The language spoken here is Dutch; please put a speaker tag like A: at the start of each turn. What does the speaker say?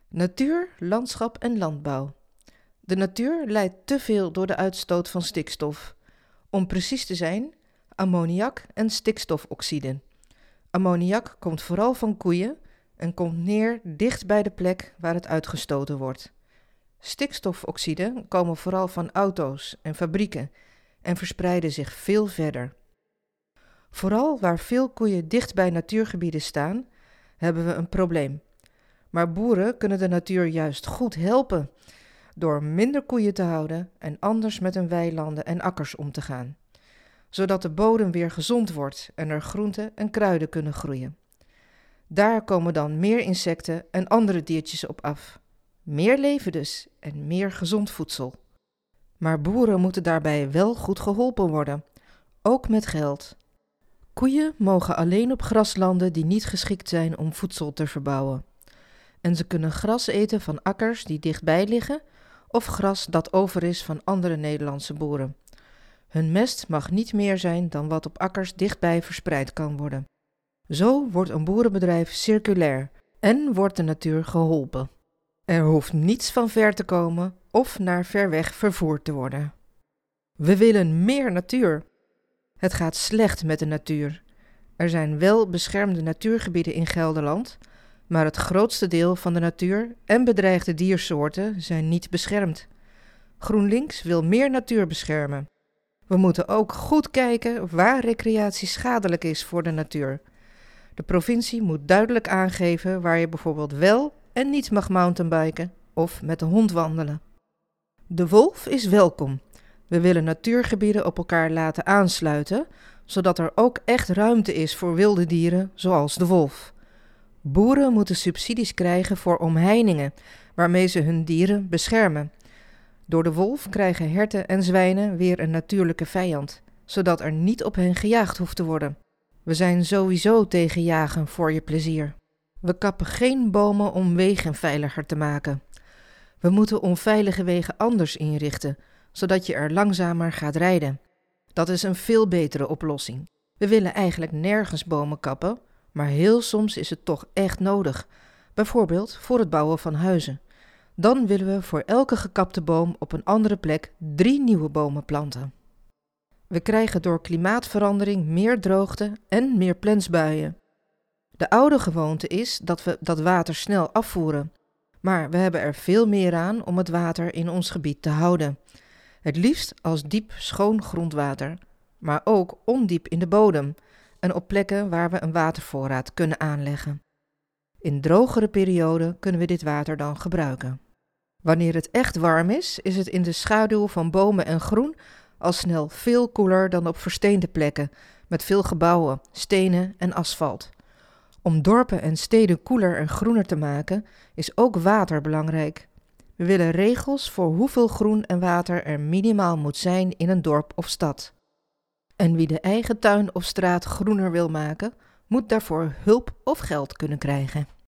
A: Natuur, landschap en landbouw. De natuur lijdt te veel door de uitstoot van stikstof. Om precies te zijn, ammoniak en stikstofoxide. Ammoniak komt vooral van koeien en komt neer dicht bij de plek waar het uitgestoten wordt. Stikstofoxide komen vooral van auto's en fabrieken en verspreiden zich veel verder. Vooral waar veel koeien dicht bij natuurgebieden staan, hebben we een probleem. Maar boeren kunnen de natuur juist goed helpen door minder koeien te houden en anders met hun weilanden en akkers om te gaan, zodat de bodem weer gezond wordt en er groenten en kruiden kunnen groeien. Daar komen dan meer insecten en andere diertjes op af. Meer leven dus en meer gezond voedsel. Maar boeren moeten daarbij wel goed geholpen worden, ook met geld. Koeien mogen alleen op graslanden die niet geschikt zijn om voedsel te verbouwen. En ze kunnen gras eten van akkers die dichtbij liggen of gras dat over is van andere Nederlandse boeren. Hun mest mag niet meer zijn dan wat op akkers dichtbij verspreid kan worden. Zo wordt een boerenbedrijf circulair en wordt de natuur geholpen. Er hoeft niets van ver te komen of naar ver weg vervoerd te worden. We willen meer natuur. Het gaat slecht met de natuur. Er zijn wel beschermde natuurgebieden in Gelderland, maar het grootste deel van de natuur en bedreigde diersoorten zijn niet beschermd. GroenLinks wil meer natuur beschermen. We moeten ook goed kijken waar recreatie schadelijk is voor de natuur. De provincie moet duidelijk aangeven waar je bijvoorbeeld wel en niet mag mountainbiken of met de hond wandelen. De wolf is welkom. We willen natuurgebieden op elkaar laten aansluiten, zodat er ook echt ruimte is voor wilde dieren zoals de wolf. Boeren moeten subsidies krijgen voor omheiningen, waarmee ze hun dieren beschermen. Door de wolf krijgen herten en zwijnen weer een natuurlijke vijand, zodat er niet op hen gejaagd hoeft te worden. We zijn sowieso tegen jagen voor je plezier. We kappen geen bomen om wegen veiliger te maken. We moeten onveilige wegen anders inrichten, zodat je er langzamer gaat rijden. Dat is een veel betere oplossing. We willen eigenlijk nergens bomen kappen, maar heel soms is het toch echt nodig. Bijvoorbeeld voor het bouwen van huizen. Dan willen we voor elke gekapte boom op een andere plek 3 nieuwe bomen planten. We krijgen door klimaatverandering meer droogte en meer plensbuien. De oude gewoonte is dat we dat water snel afvoeren. Maar we hebben er veel meer aan om het water in ons gebied te houden. Het liefst als diep schoon grondwater, maar ook ondiep in de bodem en op plekken waar we een watervoorraad kunnen aanleggen. In drogere perioden kunnen we dit water dan gebruiken. Wanneer het echt warm is, is het in de schaduw van bomen en groen al snel veel koeler dan op versteende plekken, met veel gebouwen, stenen en asfalt. Om dorpen en steden koeler en groener te maken, is ook water belangrijk. We willen regels voor hoeveel groen en water er minimaal moet zijn in een dorp of stad. En wie de eigen tuin of straat groener wil maken, moet daarvoor hulp of geld kunnen krijgen.